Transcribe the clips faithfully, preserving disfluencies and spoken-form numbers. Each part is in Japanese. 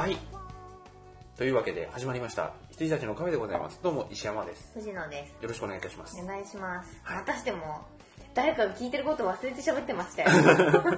はい。というわけで始まりました羊たちのカフェでございます。どうも石山です。 藤野です。 よろしくお願いいたします。 お願いします。 はい、 またしても誰かが聞いてることを忘れて喋ってましたよ。はい。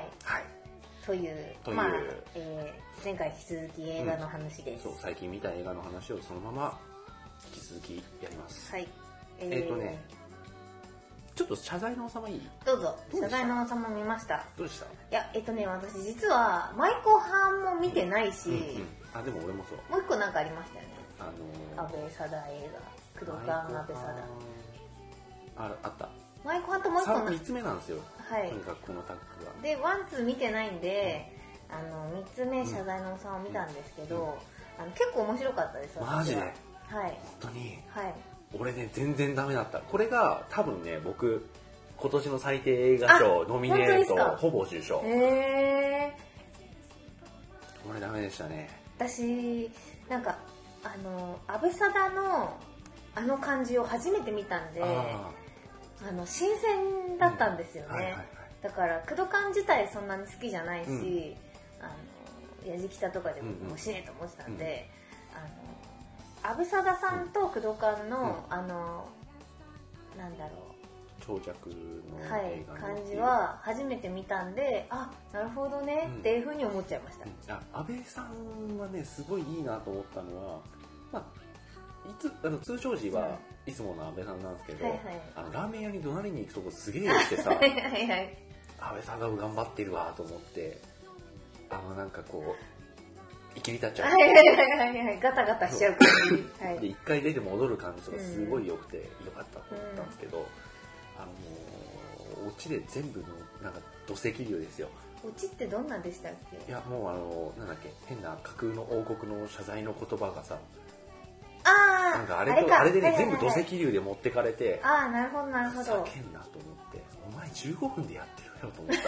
はい。 というという、 まあえー、前回引き続き映画の話です、 うん。そう最近見た映画の話をそのまま引き続きやります。 はい。 えっ、ー、とね。ちょっと謝罪の王様いい？ どうぞ。謝罪の王様見ました。 どうした？いや、えっとね、私実は舞妓班も見てないし、うんうんうん、 あ、でも俺もそう。 もう一個なんかありましたよね。 あのー、 安倍貞映画、工藤館安倍貞。 あ、あった。 舞妓班ともう一個みっつめなんですよ。はい。とにかくこのタッグは。 で、ワンツー見てないんで、うん、あのみっつめ謝罪の王様を見たんですけど、うんうん、あの結構面白かったです。 マジで？はい。本当に。はい。俺ね全然ダメだった。これが多分ね僕今年の最低映画賞ノミネートほぼ受賞。へー。これダメでしたね。 私なんかあの安倍貞のあの感じを初めて見たんで、ああの新鮮だったんですよね。うんはいはいはい、だから工藤館自体そんなに好きじゃないし、うん、あのやじきたとかでも面白いと思ってたんで、うんうん、あの安倍貞さんと工藤館の、うん、あのなんだろう長尺の映画の、はい、感じは初めて見たんで、あ、なるほどね、うん、っていう風に思っちゃいました。 うん、あ、安倍さんはねすごいいいなと思ったのは、まあ、いつあの通常時はいつもの安倍さんなんですけど、はいはい、あのラーメン屋に怒鳴りに行くとこすげえしてさ、はいはいはい、安倍さんが頑張ってるわと思って、あのなんかこう。いきり立っちゃう。はいはいはいはい、ガタガタしちゃう感じ。はい、で一回出て戻る感じとかすごい良くて、うん、よかったと思ったんですけど、うん、あのオチで全部のなんか土石流ですよ。 オチってどんなんでしたっけ？ いやもうあのなんだっけ変な架空の王国の謝罪の言葉がさ、 ああなんかあれと あれ, あれでね、はいはいはい、全部土石流で持ってかれて、 ああなるほどなるほど。 ふざけんなと思って、お前じゅうごふんでやってるよと思った。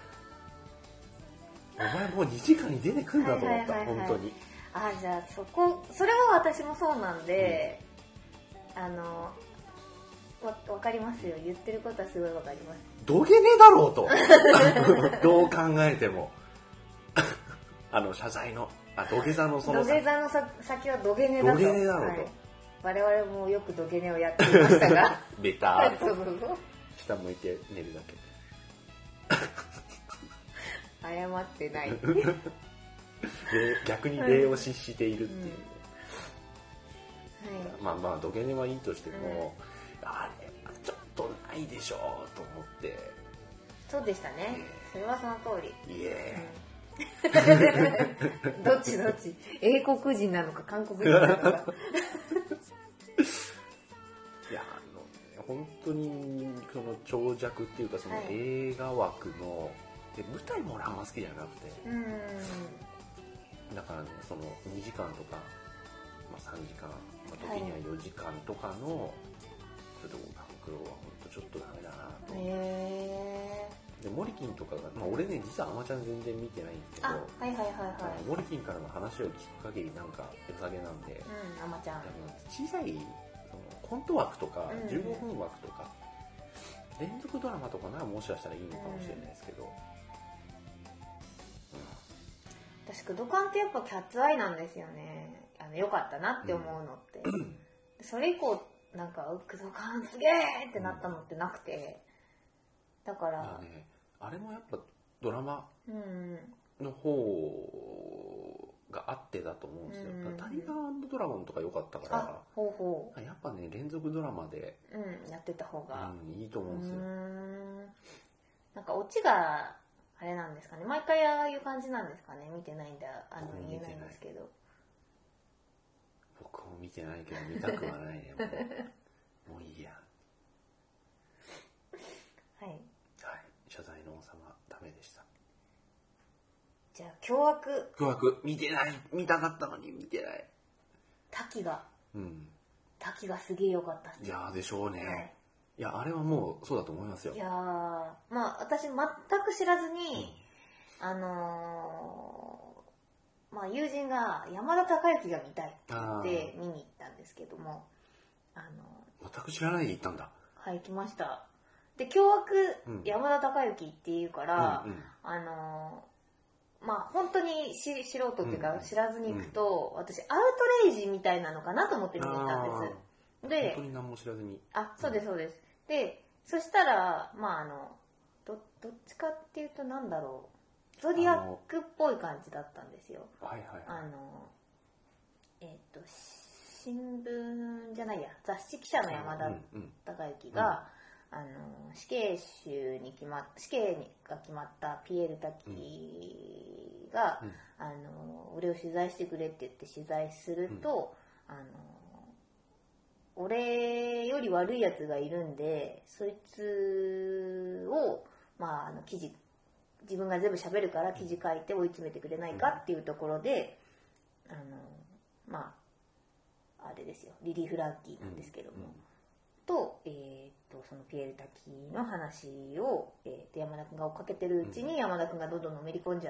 お前もうにじかんに出てくんだと思った、はいはいはいはい、本当に。 あ、じゃあそこそれは私もそうなんで、うん、あのわ分かりますよ。言ってることはすごい分かります。 土下寝だろうとどう考えてもあの謝罪のあ土下座のその土下座の先は土下寝だと。 土下寝だろうと、はい、 我々もよく土下寝をやっていましたがベターそうそうそう下向いて寝るだけ謝ってないで逆に礼を失しているっていう、うんはい、まあまあ土下寝はいいとしても、うん、あれちょっとないでしょうと思って。 そうでしたね、えー、それはその通り。 いえ、 うん、どっちどっち英国人なのか韓国人なのかいやあの本当にその長尺っていうかその映画枠の、はいで舞台も俺あんま好きじゃなくて、うんだからねそのにじかんとか、まあ、さんじかん、まあ、時にはよじかんとかの工藤官九郎はほんとちょっとダメだなと。へでモリキンとかが、まあ、俺ね実はあまちゃん全然見てないんですけど、 はいはいはいはい、 モリキンからの話を聞く限りなんか良さげなんで、 うん、あまちゃん小さいそのコント枠とかじゅうごふん枠とか、うん、連続ドラマとかならもしかしたらいいのかもしれないですけど、うん私工藤館ってやっぱキャッツアイなんですよね。あの良かったなって思うのって、うん、それ以降なんか工藤館すげーってなったのってなくて、だから、 ね、あれもやっぱドラマの方があってだと思うんですよ、うん、タイガー&ドラゴンとか良かったから、あほうほうやっぱね連続ドラマで、 うん、やってた方が、 うん、いいと思うんですよ。うーんなんかオチがあれなんですかね。毎回ああいう感じなんですかね。見てないんだ、あの言えないんですけど。 僕も見てないけど見たくはないね。もう、もういいや。 はい。はい。 謝罪の王様ダメでした。 じゃあ凶悪。 凶悪見てない。見たかったのに見てない。 滝が。 うん。 滝がすげえ良かったっす。 いやでしょうね。はいいやあれはもうそうだと思いますよ。 いやまあ私全く知らずに、うん、あのー、まあ友人が山田孝之が見たいって言って見に行ったんですけども、 あのー、全く知らないで行ったんだ。 はい行きました。で凶悪、うん、山田孝之っていうから、うんうん、あのまあ本当にし素人っていうか知らずに行くと、うん、私アウトレイジみたいなのかなと思って見てたんです。で、 本当に何も知らずに。 あ、そうですそうです。うん、で、そしたらまああの ど, どっちかっていうとなんだろう、ゾディアックっぽい感じだったんですよ。 はいはいはい。 あのえっ、ー、と新聞じゃないや雑誌記者の山田孝之が、うんうんうんあの死刑囚に決まっ死刑が決まったピエール滝が、うん、あの俺を取材してくれって言って取材すると、うん、あの俺より悪いやつがいるんでそいつを、まあ、あの記事自分が全部喋るから記事書いて追い詰めてくれないかっていうところで、あのまああれですよリリー・フランキーなんですけども。うんうんと、えー、とそのピエール滝の話を、えー、と山田君が追っかけてるうちに山田君がどんどんのめり込んじゃって、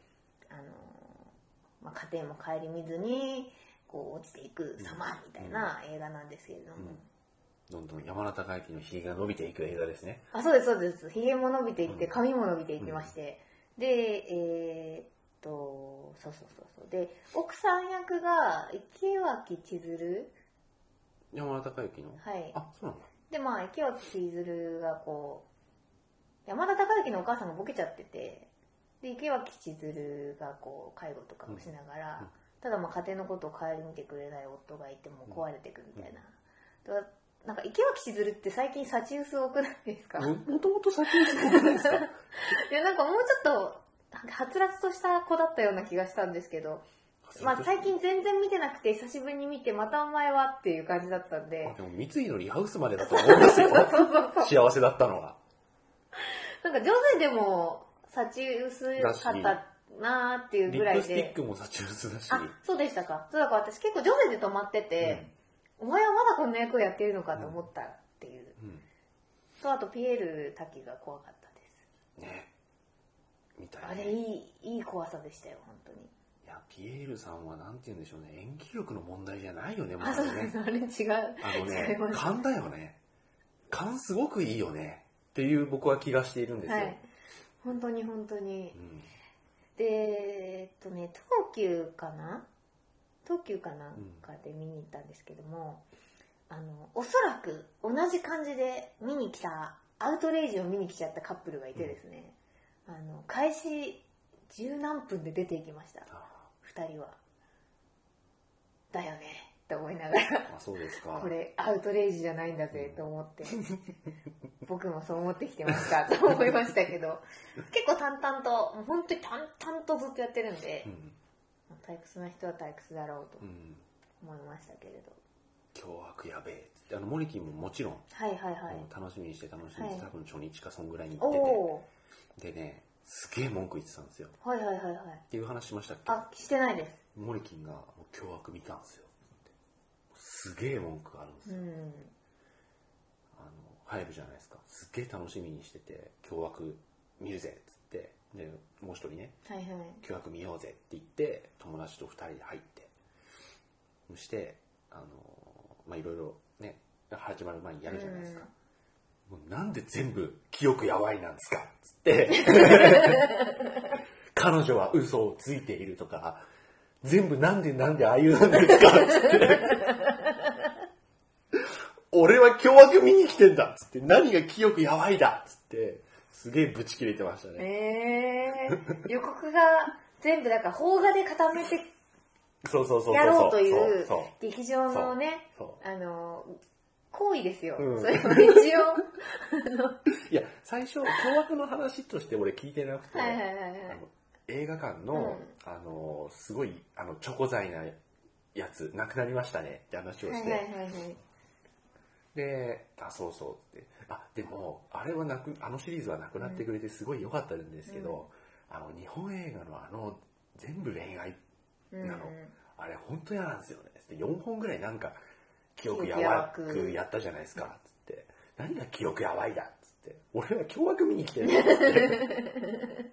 うんあのまあ、家庭も顧みずにこう落ちていく様みたいな映画なんですけれども、 うんうん、どんどん山田孝之のひげが伸びていく映画ですね。 あ、そうですそうです。ひげも伸びていって髪も伸びていきまして、うん、でえー、っとそうそうそうそうで奥さん役が池脇千鶴山田孝之の、 はい、 あ、そうなんだ。 でまあ池脇千鶴がこう山田孝之のお母さんがボケちゃってて、で池脇千鶴がこう介護とかをしながら、うん、ただまあ家庭のことを顧みてくれない夫がいても壊れていくみたいな、うんうん、なんか池脇千鶴って最近サチウス多くないですか？ もともとサチウス多くないですか？いやなんかもうちょっとはつらつとした子だったような気がしたんですけど、まあ、最近全然見てなくて久しぶりに見てまたお前はっていう感じだったんで、 あでも三井のリハウスまでだと思いますよ。幸せだったのはなんか上手でもサチウスかったなーっていうぐらいで、 リップスティックもサチウスだし、 あ、そうでしたか。そうだから私結構上手で止まってて、うん、お前はまだこんな役をやってるのかと思ったっていう、うんうん、とあとピエール滝が怖かったですね。みたいな、ね、あれいいいい怖さでしたよ本当に。 いやピエールさんはなんて言うんでしょうね、演技力の問題じゃないよね。 もうね、あ、そうです、あれ違う。 あのね、勘だよね。勘すごくいいよねっていう僕は気がしているんですよ。はい、 本当に本当に。うん、で、えっとね、東急かな東急かなんかで見に行ったんですけども、うん、あのおそらく同じ感じで見に来たアウトレイジを見に来ちゃったカップルがいてですね、うん、あの開始十何分で出ていきました。ふたりはだよねって思いながら、 あ、そうですか、 これアウトレイジじゃないんだぜと思って僕もそう思ってきてましたと思いましたけど結構淡々ともう本当に淡々とずっとやってるんで、うん、退屈な人は退屈だろうと思いましたけれど、 凶悪やべえってあのモリキンももちろん、 はいはいはい、 楽しみにして楽しみにして、はい、多分初日かそんぐらいに行ってて、でねすげえ文句言ってたんですよ。 はいはいはいはい。 っていう話しましたっけ？ あ、してないです。 モリキンが凶悪見たんですよ。すげえ文句があるんですよ。うん、あの入るじゃないですか。すげえ楽しみにしてて凶悪見るぜっつってでもう一人ね、はいはい、凶悪見ようぜって言って友達と二人で入ってそしてあのまあいろいろね始まる前にやるじゃないですか。うんもうなんで全部記憶やばいなんですかっつって彼女は嘘をついているとか全部なんでなんでああいうなんですかっつって俺は凶悪見に来てんだっつって何が記憶やばいだっつってすげえブチ切れてましたね。 えー、予告が全部だから邦画で固めてそうそうそうそうやろうという劇場のねあの行為ですよ、うん、それは一応いや最初凶悪の話として俺聞いてなくて、はいはいはいはい、あの映画館の、うん、あのすごいあのチョコ材なやつなくなりましたねって話をして、はいはいはいはい、であそうそうってあでもあれはなくあのシリーズはなくなってくれてすごい良かったんですけど、うん、あの日本映画のあの全部恋愛なの、うん、あれ本当嫌なんですよね。よんほんぐらいなんか記憶やばくやったじゃないですかつって何が記憶やばいだっつって俺は凶悪見に来てるって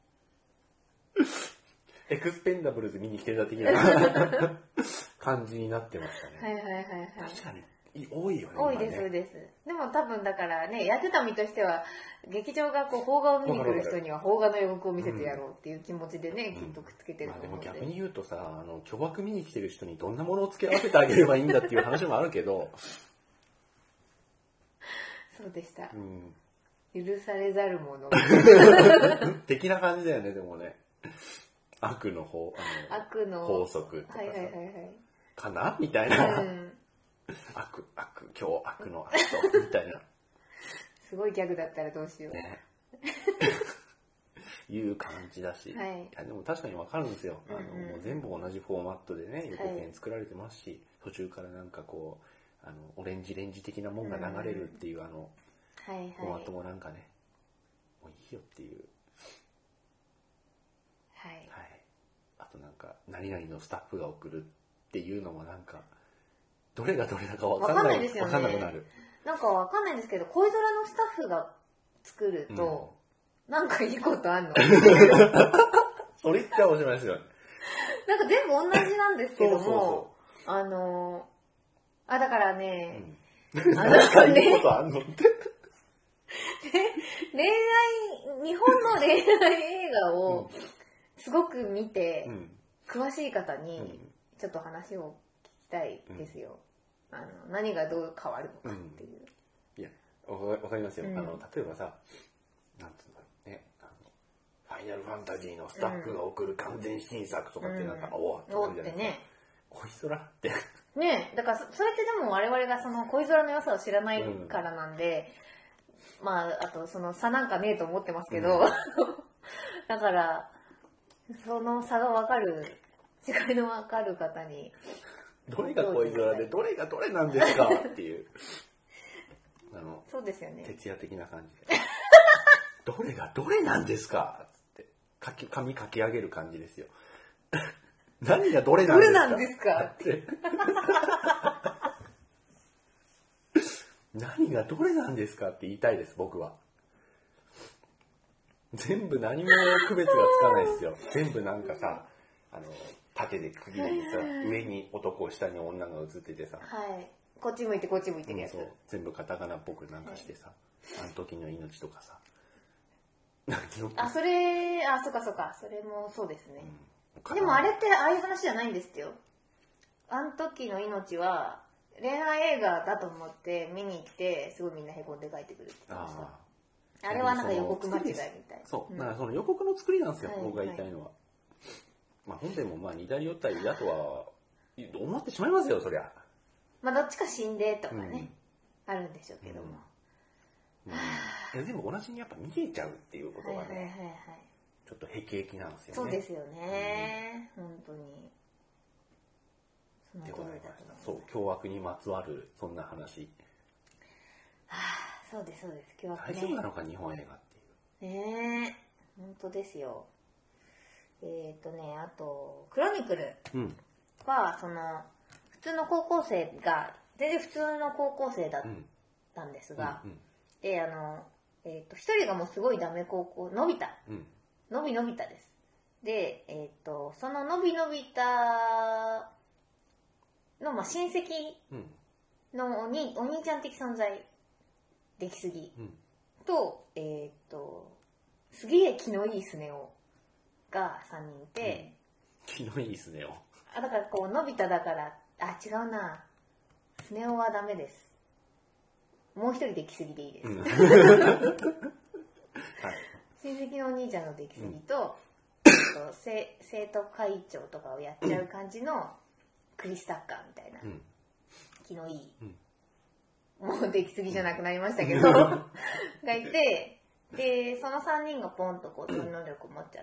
エクスペンダブルズ見に来てるだ的な感じになってましたね。 はいはいはいはい。 確かに多いよね。 多いです、そうです。でも多分だからね、やってた身としては、劇場がこう邦画を見に来る人には邦画の予告を見せてやろうっていう気持ちでね、うん、きっとくっつけてると思うんで。 まあ、でも逆に言うとさ、あの巨悪見に来てる人にどんなものを付け合わせてあげればいいんだっていう話もあるけど。 そうでした。 うん、 許されざるもの。 的な感じだよね、でもね。悪の法、 あの悪の法則とかさ、 はいはいはいはい、 かなみたいな。うん悪、悪、今日悪の悪と、みたいな。 すごいギャグだったらどうしよう。ね、 いう感じだし。はい、いやでも確かにわかるんですよ。あの、うんうん、もう全部同じフォーマットでね、予告編作られてますし、はい、途中からなんかこう、あの、オレンジレンジ的なもんが流れるっていう、うん、あの、はいはい、フォーマットもなんかね、もういいよっていう。 はい。はい。 あとなんか、何々のスタッフが送るっていうのもなんか、どれがどれだか分かんない。 分かんないですよね。 分かんなくなる。 なんか分かんないんですけど、恋空のスタッフが作ると、うん、なんかいいことあんのそれ言っては面白いですよね。 なんか全部同じなんですけども、そうそうそう、あのー、あ、だからね、 うん、なんかいいことあんのって。 恋愛、日本の恋愛映画をすごく見て、うん、詳しい方にちょっと話を聞きたいですよ。うん、あの何がどう変わるのかっていう。 うん、いや、わかりますよ。うん、あの例えばさ、なんつうんだろうね、あのファイナルファンタジーのスタッフが送る完全新作とかってなんか、うん、おおってなるじゃないですか。ね、恋空ってね、だからそれってでも我々がその恋空の良さを知らないからなんで、うん、まああとその差なんかねえと思ってますけど、うん、だからその差が分かる、違いの分かる方にどれが恋空でどれがどれなんですかっていうあのそうですよね、 徹夜的な感じでどれがどれなんですかって書き紙書き上げる感じですよ何がどれなんですか、どれなんですかって何がどれなんですかって言いたいです、僕は。全部何も区別がつかないですよ。全部なんかさ、あの縦で区切りにさ、上に男下に女が映っててさ、 はい、こっち向いてこっち向いてるやつ、うん、そう全部カタカナっぽくなんかしてさ、はい、あの時の命とかさあ、それ、あ、そっかそっか、それもそうですね、うん、でもあれってああいう話じゃないんですよ。あの時の命は恋愛映画だと思って見に行ってすごいみんなへこんで帰ってくるって言ってました。あれはなんか予告間違いみたい。 そう、だからその予告の作りなんですよ、うん、僕が言いたいのは。はい、まあ本編もまあ似たり寄ったりだとは思ってしまいますよ、そりゃ。 まあどっちか死んでとかね、うん、あるんでしょうけども。 うんうん、いやでも同じにやっぱ見えちゃうっていうことがね、はいはいはいはい、ちょっとへきへきなんですよね。 そうですよね、うん、本当に。 その通りだと思います。そう、凶悪にまつわるそんな話。 はあ、そうですそうです。凶悪ね。 大丈夫なのか日本映画っていう。 ねえ、本当ですよ。えっとね、あとクロニクルは、うん、その普通の高校生が全然普通の高校生だったんですが、うんうんうん、であのえっ、ー、と一人がもうすごいダメ高校のび太、うん、のびのび太です。でえっ、ー、とそののびのび太の、まあ、親戚のおに、お兄ちゃん的存在出来すぎ、うん、とえっ、ー、とすげえ気のいいスネ夫がさんにんいて、 うん、気のいいスネ夫。 あ、だからこうのび太だから、あ、違うな、スネ夫はダメです、もう一人出来すぎでいいです、うん、はい、親戚のお兄ちゃんの出来すぎと、うん、と生徒会長とかをやっちゃう感じのクリス・タッカーみたいな、うん、気のいい、うん、もう出来すぎじゃなくなりましたけどがいて、でそのさんにんがポンとこう超能力を持っちゃって、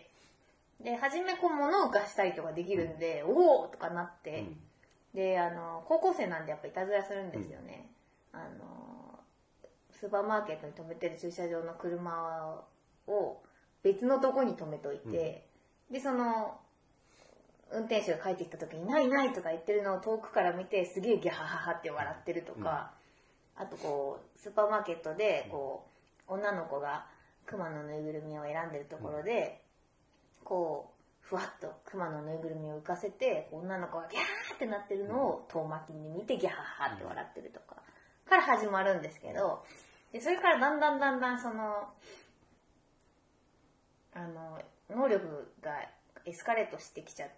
で初めこう物を貸したりとかできるんで、うん、おおとかなって、うん、であの高校生なんでやっぱいたずらするんですよね、うん、あのスーパーマーケットに止めてる駐車場の車を別のとこに止めといて、うん、でその運転手が帰ってきた時にないないとか言ってるのを遠くから見てすげえギャハハハって笑ってるとか、うん、あとこうスーパーマーケットでこう女の子がクマのぬいぐるみを選んでるところで、こうふわっとクマのぬいぐるみを浮かせて女の子がギャーってなってるのを遠巻きに見てギャーハーって笑ってるとかから始まるんですけど、でそれからだんだんだんだんそのあの能力がエスカレートしてきちゃって、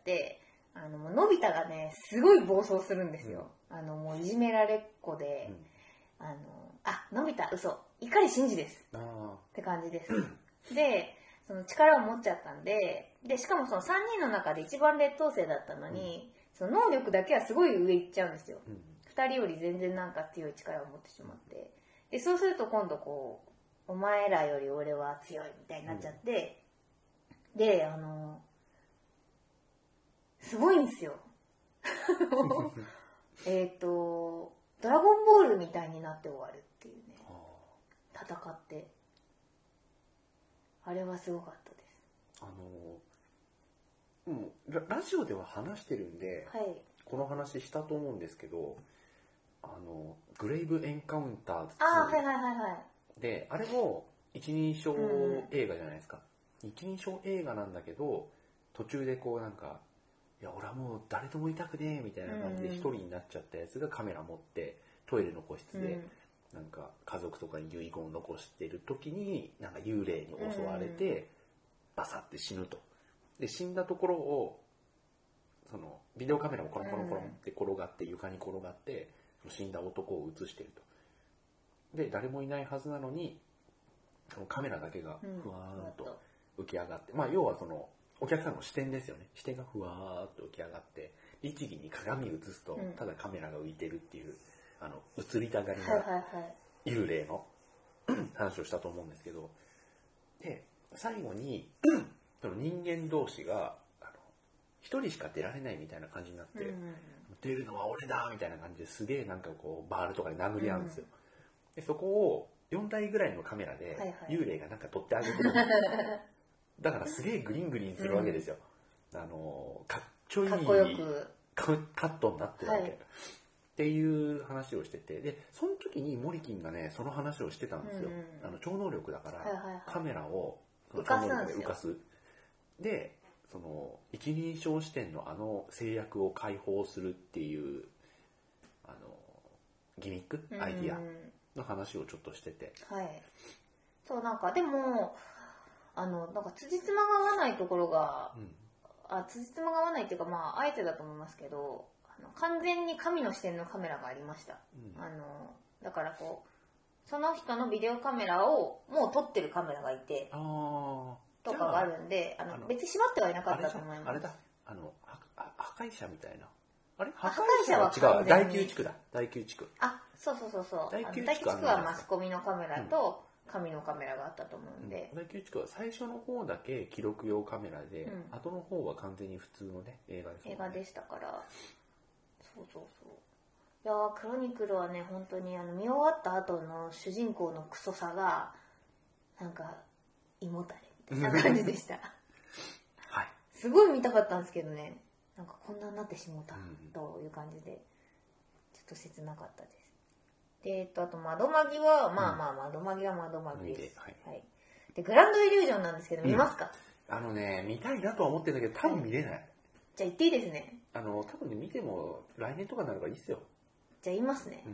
あのもうのび太がねすごい暴走するんですよ、うん、あのもういじめられっ子で、うん、あのあのび太嘘碇シンジですって感じですでその力を持っちゃったんで、でしかもそのさんにんの中で一番劣等生だったのに、うん、その能力だけはすごい上行っちゃうんですよ、うん、ふたりより全然なんか強い力を持ってしまって、でそうすると今度こうお前らより俺は強いみたいになっちゃって、うん、であのすごいんですよえっとドラゴンボールみたいになって終わるっていうね、戦ってあれはすごかったです。 あのもう ラ, ラジオでは話してるんで、はい、この話したと思うんですけど、あのグレイブエンカウンターズで、あれも一人称映画じゃないですか、うん、一人称映画なんだけど途中でこうなんかいや俺はもう誰ともいたくねえみたいな感じで一人になっちゃったやつがカメラ持ってトイレの個室で、うんなんか家族とかに遺言を残してる時になんか幽霊に襲われてバサって死ぬと。で死んだところをそのビデオカメラもコロンコロンコロンって転がって床に転がって死んだ男を映してると。で誰もいないはずなのにそのカメラだけがふわーんと浮き上がって、まあ要はそのお客さんの視点ですよね。視点がふわーっと浮き上がって律儀に鏡映すとただカメラが浮いてるっていう。あの映りたがりな幽霊の話をしたと思うんですけど、で最後にその人間同士があの一人しか出られないみたいな感じになって、うん、出るのは俺だみたいな感じですげえなんかこうバールとかで殴り合うんですよ、うん、でそこをよんだいぐらいのカメラで幽霊がなんか撮ってあげてる、はいはい、だからすげえグリングリンするわけですよ、うん、あのかっちょいいかっこよくカットになってるわけ、はいっていう話をしてて、でその時にモリキンがねその話をしてたんですよ、うん、あの超能力だから、はいはいはい、カメラをその超能力で浮かすでその一人称視点のあの制約を解放するっていうあのギミック、うん、アイディアの話をちょっとしてて、 はい、そうなんかでもあのなんか辻褄が合わないところが、うん、あ辻褄が合わないっていうかまああえてだと思いますけど完全に神の視点のカメラがありました、うん、あのだからこうその人のビデオカメラをもう撮ってるカメラがいてあとかがあるんであのあの別に閉まってはいなかったと思います。 あれだあの破壊者みたいなあれ破壊者は違う第きゅう地区だ第きゅう地区あそうそうそうそう第きゅう地区はマスコミのカメラと神のカメラがあったと思うんで、 うん、第きゅう地区は最初の方だけ記録用カメラで、うん、後の方は完全に普通のね映画です、ね、 映画でしたからそうそうそういやークロニクルはね本当にあの見終わった後の主人公のクソさがなんか胃もたれみたいな感じでしたはいすごい見たかったんですけどねなんかこんなになってしもたという感じでちょっと切なかったです。でえっとあと窓マギはまあまあ窓マギは窓マギです、はいはい、でグランドイリュージョンなんですけど見ますか、 うん、あのね見たいなとは思ってるんだけど多分見れない、はい、 じゃあ言っていいですね。 あの多分ね見ても来年とかになるからいいっすよ。 じゃあ言いますね、うん、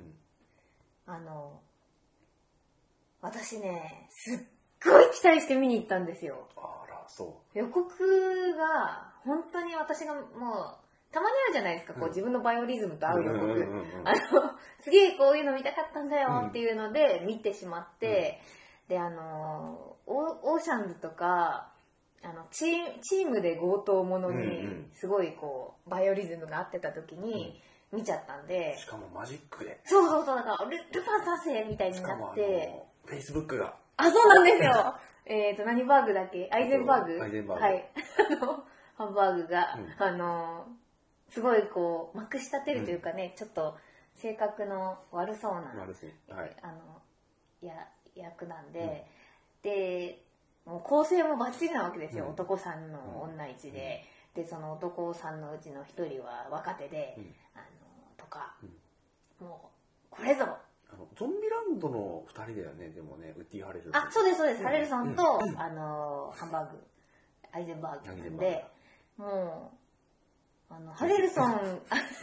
あの私ねすっごい期待して見に行ったんですよ。 あらそう予告が本当に私がもうたまにあるじゃないですか、うん、こう自分のバイオリズムと合う予告、あのすげえこういうの見たかったんだよっていうので見てしまって、うん、であのオーシャンズとかあのチーム、チームで強盗ものにすごいこうバイオリズムが合ってた時に見ちゃったんで、 しかもマジックでそうそうそうだからル, ルパン三世みたいになってフェイスブックがあそうなんですよえっと何バーグだっけアイゼンバーグアイゼンバーグはいあのハンバーグが、うん、あのすごいこうまくし立てるというかね、うん、ちょっと性格の悪そうな悪そう、はい、 あのや役なんで、うん、でもう構成もバッチリなわけですよ、うん、男さんの女一で、うん、でその男さんのうちの一人は若手で、うん、あのとか、うん、もうこれぞあのゾンビランドのふたりだよねでもねウッディ・ハレルあそうですそうです、うん、ハレルさんと、うん、あのハンバーグアイゼンバーグなんでもうあのハレルソン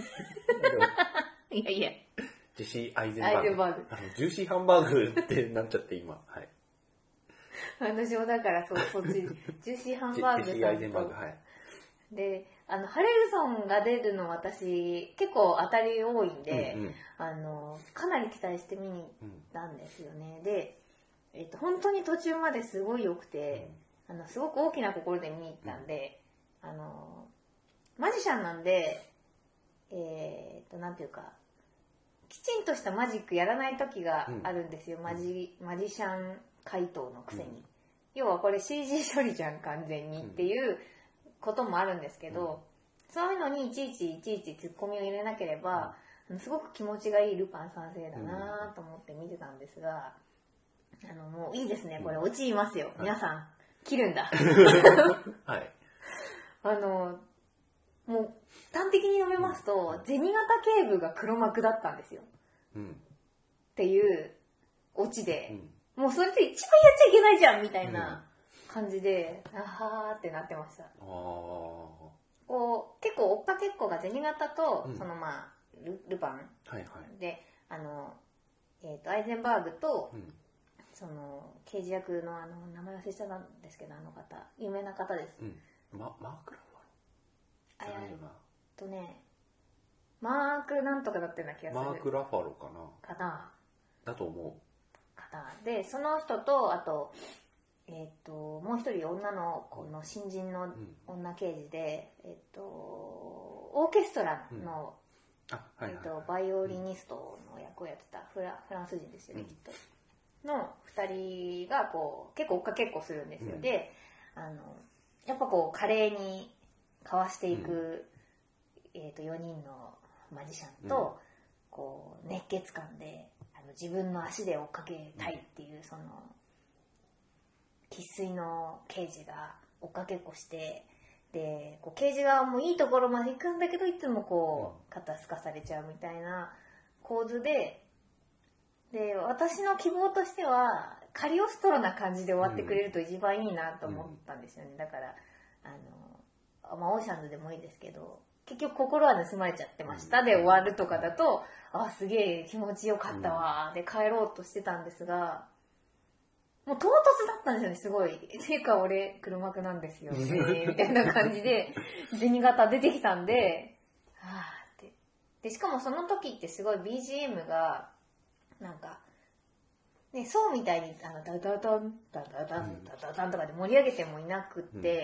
いやいやジェシー・アイゼンバーグ。 アイゼンバーグあのジューシーハンバーグってなっちゃって今。はい。 私もだからそそっちジューシーハンバーグさんと。ジェシー・アイゼンバーグ、はい。で、あのハレルソンが出るの私結構当たり多いんで、うんうん、あのかなり期待して見に行ったんですよね。うん、で、えっと本当に途中まですごい良くて、うん、あのすごく大きな心で見に行ったんで、うん、あのマジシャンなんで、えー、っとなんていうか。きちんとしたマジックやらない時があるんですよ、うん、マジマジシャン回答のくせに、うん、要はこれ シージー 処理じゃん完全にっていうこともあるんですけど、うん、そういうのにいちいちいちいちツッコミを入れなければ、うん、すごく気持ちがいいルパン三世だなと思って見てたんですが、あのもういいですねこれオチ言いますよ、うん、皆さん切るんだはいあのもう端的に読めますと、うん、銭形警部が黒幕だったんですよ、うん、っていうオチで、うん、もうそれって一番やっちゃいけないじゃんみたいな感じで、うん、あはーってなってました。あこう結構追っかけっこが銭形と、うん、そのまあ ル, ルパン、はいはい、であの、えー、とアイゼンバーグと、うん、その刑事役のあの名前忘れちゃったんですけど、あの方有名な方です、 うん、マ, マークラファロあやとねマークなんとかだったような気がする。 マークラファロかなかなだと思うかな。でその人とあとえっ、ー、ともう一人女の子の新人の女刑事で、うん、えっ、ー、とオーケストラの、うんえー、とバイオリニストの役をやってたフ ラ, フランス人ですよね、うん、きっとのふたりがこう結構追っかけっこするんですよ、うん、であのやっぱこう華麗にかわしていく、うん、えー、とよにんのマジシャンと、うん、こう熱血感であの自分の足で追っかけたいっていう、うん、その生粋の刑事が追っかけっこしてでこう刑事側もいいところまで行くんだけどいつもこう肩すかされちゃうみたいな構図でで私の希望としてはカリオストロな感じで終わってくれると一番いいなと思ったんですよね。だからあの、まあ、オーシャンズでもいいですけど結局心は盗まれちゃってましたで終わるとかだとあすげえ気持ちよかったわで帰ろうとしてたんですがもう唐突だったんですよねすごい。ていうか俺黒幕なんですよねみたいな感じで銭形出てきたんではぁってでしかもその時ってすごい ビージーエム がなんかねそうみたいにあのダダダンダダダンダダダンとかで盛り上げてもいなくって、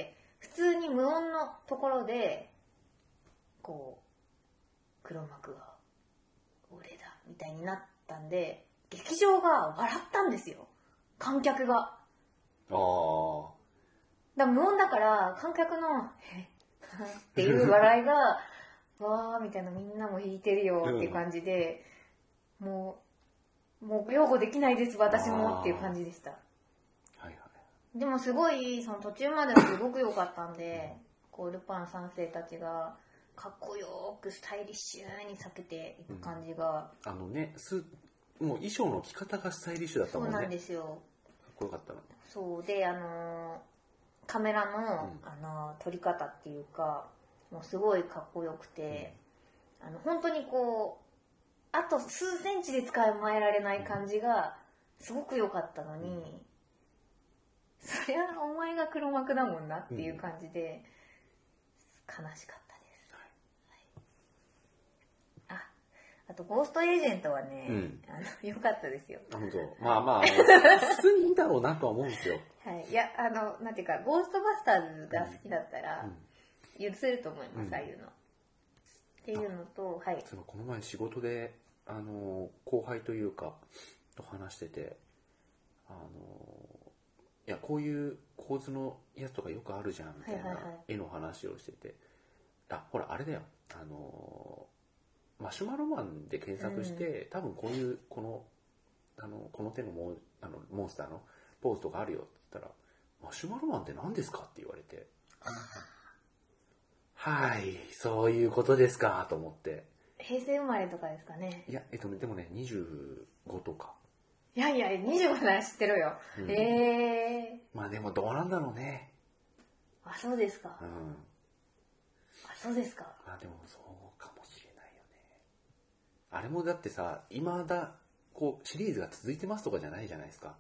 うん、普通に無音のところでこう黒幕が俺だみたいになったんで劇場が笑ったんですよ観客が。ああ。だ無音だから観客のえっていう笑いがわーみたいなみんなも弾いてるよっていう感じで、うん、もうもう擁護できないです私もっていう感じでした。はいはい。でもすごいその途中まではすごく良かったんで、こうルパン三世たちがかっこよくスタイリッシュに避けていく感じが、 うん、あのねスもう衣装の着方がスタイリッシュだったもんね。 そうなんですよ。かっこよかったな。 そうであのカメラの、うん、あの撮り方っていうかもうすごいかっこよくて、うん、あの本当にこうあと数センチで捕まえられない感じがすごく良かったのに、うん、そりゃお前が黒幕だもんなっていう感じで、うん、悲しかった。あとゴーストエージェントはね、うん、あの良かったですよ。 本当。まあまあ普通にいいだろうなとは思うんですよ。 はい。いやあのなんていうかゴーストバスターズが好きだったら、うん、許せると思います、うん、ああいうの。っていうのと、はい。 そのこの前仕事であの後輩というかと話してて、あのいやこういう構図のやつとかよくあるじゃんみたいな絵の話をしてて、あほらあれだよあの。マシュマロマンで検索して、うん、多分こういうこのあのこの手のモあのモンスターのポーズとかあるよって言ったらマシュマロマンって何ですかって言われてはいそういうことですかと思って平成生まれとかですかね。 いやえっとねでもねにじゅうごとかいやいやにじゅうごなら知ってるよ、うん、えー、まあでもどうなんだろうね。 あそうですか、 うんあ、そうですか。 あ、でもそうかもしれないよね。あれもだってさ、今だこうシリーズが続いてますとかじゃないじゃないですか。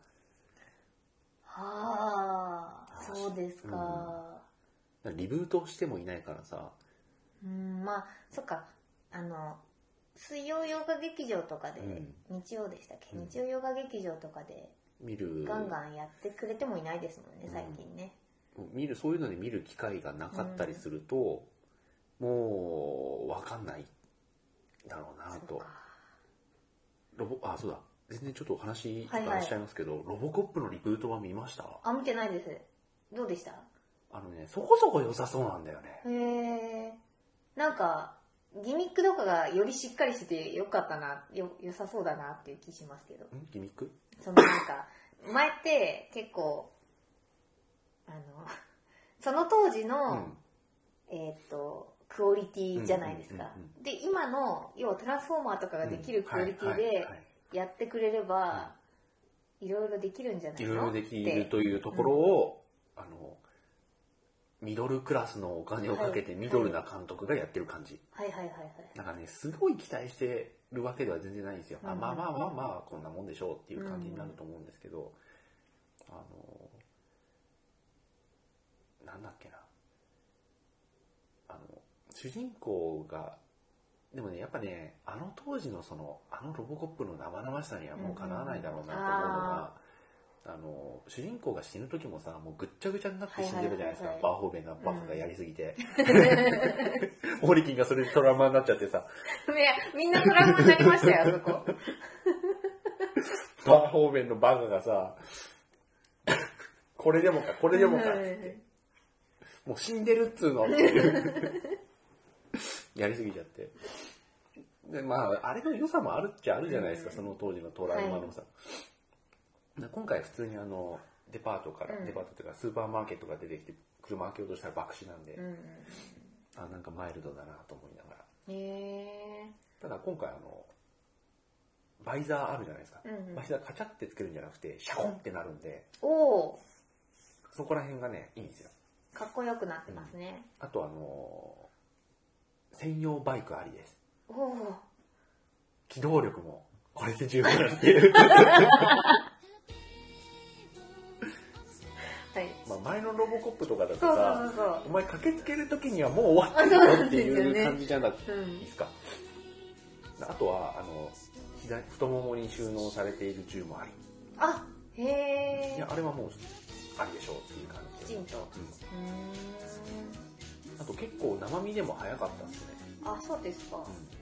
はあ、そうですか、 うん、リブートしてもいないからさ。 うん、まあそっか、あの水曜洋画劇場とかで、うん、日曜でしたっけ、うん、日曜洋画劇場とかで見るガンガンやってくれてもいないですもんね、最近ね、 うん、見る、そういうので見る機会がなかったりすると、うん、もう分かんないだろうなと。ロボあそうだ全然ちょっと話とかしちゃいますけど、はいはい、ロボコップのリブート版見ました？ あ、見てないです。どうでした？ あのね、そこそこ良さそうなんだよね。 へー、なんかギミックとかがよりしっかりしててよかったな、よ良さそうだなっていう気しますけど。 んギミック？ そのなんか前って結構あのその当時の、うん、えっとクオリティじゃないですか。で今の要はトランスフォーマーとかができるクオリティでやってくれればいろいろできるんじゃないの？ いろいろできるというところを、うん、あのミドルクラスのお金をかけてミドルな監督がやってる感じ。 はいはいはいはい。 だからね、すごい期待してるわけでは全然ないんですよ。うん、あまあまあまあまあこんなもんでしょうっていう感じになると思うんですけど、うん、あのなんだっけな、あの主人公がでもねやっぱねあの当時のそのあのロボコップの生々しさにはもうかなわないだろうなと思うのが。あの主人公が死ぬ時もさもうぐっちゃぐちゃになって死んでるじゃないですか、バーホーベンがバカがやりすぎて、うん、モリキンがそれでトラウマになっちゃってさいやみんなトラウマになりましたよあそこバーホーベンのバカがさこれでもかこれでもかっつってもう死んでるっつうのっていうやりすぎちゃってでまああれの良さもあるっちゃあるじゃないですか、その当時のトラウマのさ、はい今回普通にあのデパートから、うん、デパートというかスーパーマーケットが出てきて車開けようとしたら爆死なんで、うんうん、あなんかマイルドだなと思いながら。 へー。 ただ今回あのバイザーあるじゃないですか、うんうん、バイザーカチャってつけるんじゃなくてシャコンってなるんで、 おそこら辺がねいいんですよ。 かっこよくなってますね、 うん、あとあの専用バイクありです。 お機動力もこれで十分だっていうはいまあ、前のロボコップとかだとさ、そうそうそうそうお前駆けつける時にはもう終わってるよっていう感じじゃないですか。うん、あとはあの膝太ももに収納されている銃もあり。 あ、へえ。 いやあれはもうありでしょうっていう感じで。 きちんと。うん。 あと結構生身でも早かったですね。 あ、そうですか。うん、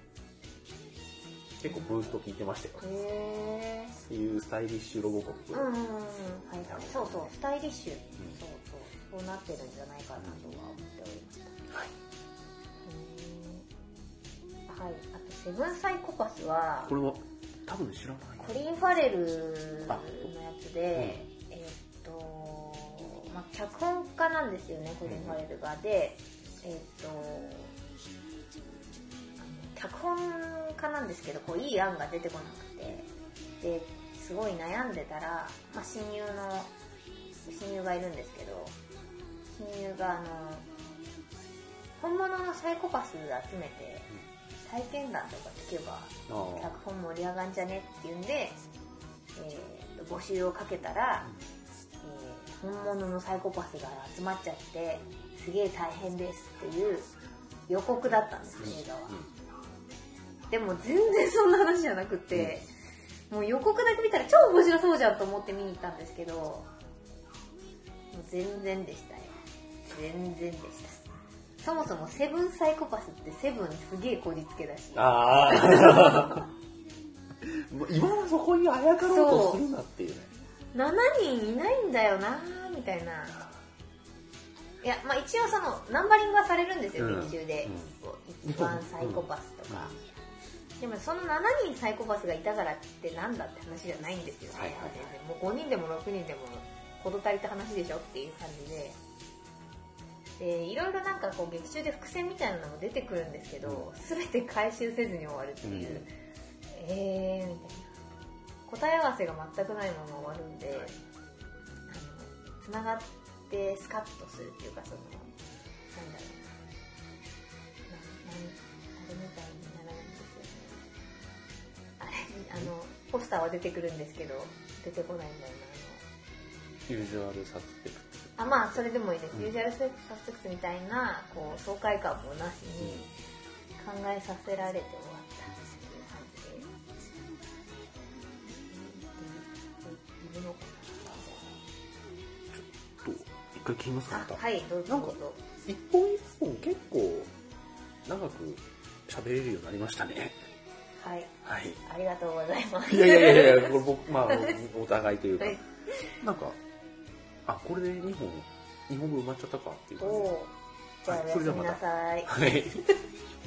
結構ブースト効いてましたよ。 へー。 っていうスタイリッシュロボコップ。 うんうんうん。はいはい。そうそうスタイリッシュ。うん、そうそうそうなってるんじゃないかなとは思っておりました。はい。はい。あとセブンサイコパスはこれは多分知らない。 コリン・ファレルのやつで、うん、えー、っとまあ脚本家なんですよねコリン・ファレルが。で、えー、っと。脚本家なんですけどこういい案が出てこなくてですごい悩んでたら、まあ、親友の親友がいるんですけど親友があの本物のサイコパス集めて体験談とか聞けば脚本盛り上がんじゃねっていうんで、えー、と募集をかけたら、えー、本物のサイコパスが集まっちゃってすげえ大変ですっていう予告だったんです映画は。でも全然そんな話じゃなくて、うん、もう予告だけ見たら超面白そうじゃんと思って見に行ったんですけどもう全然でしたよ。全然でした。そもそもセブンサイコパスってセブンすげえこじつけだし、 ああ今はそこにあやかろうとするなっていうね。 ななにんいないんだよなみたいな。いや、まあ、一応そのナンバリングはされるんですよ、劇中で、うん、一番サイコパスとか、うん、でもそのななにんサイコパスがいたからってなんだって話じゃないんですよね、はいはいはい、もうごにんでもろくにんでも程足りた話でしょっていう感じで、でいろいろなんかこう劇中で伏線みたいなのも出てくるんですけど、うん、全て回収せずに終わるっていう、うん、えーみたいな、答え合わせが全くないまま終わるんで、はい、あのつながってでスカッとするっていうか、そのなんだろれみたいにならないんですよね。あれあのポスターは出てくるんですけど出てこないんだよな。 ユージュアルサスペクト。 あ、まあそれでもいいです、うん、ユージュアルサスペクトみたいなこう爽快感もなしに考えさせられて終わったっていう感じで、いるのかな。ちょっと一回聞きますか。またはい、どうぞ。 なんか一本一本結構長く喋れるようになりましたね。 はい、 はい、 ありがとうございます。 いやいやいやいや、これ僕まあお互いというか、はい、なんかあこれでにほんにほんぶ埋まっちゃったかっていう感じです。 おー、じゃあおやすみなさい。 はい。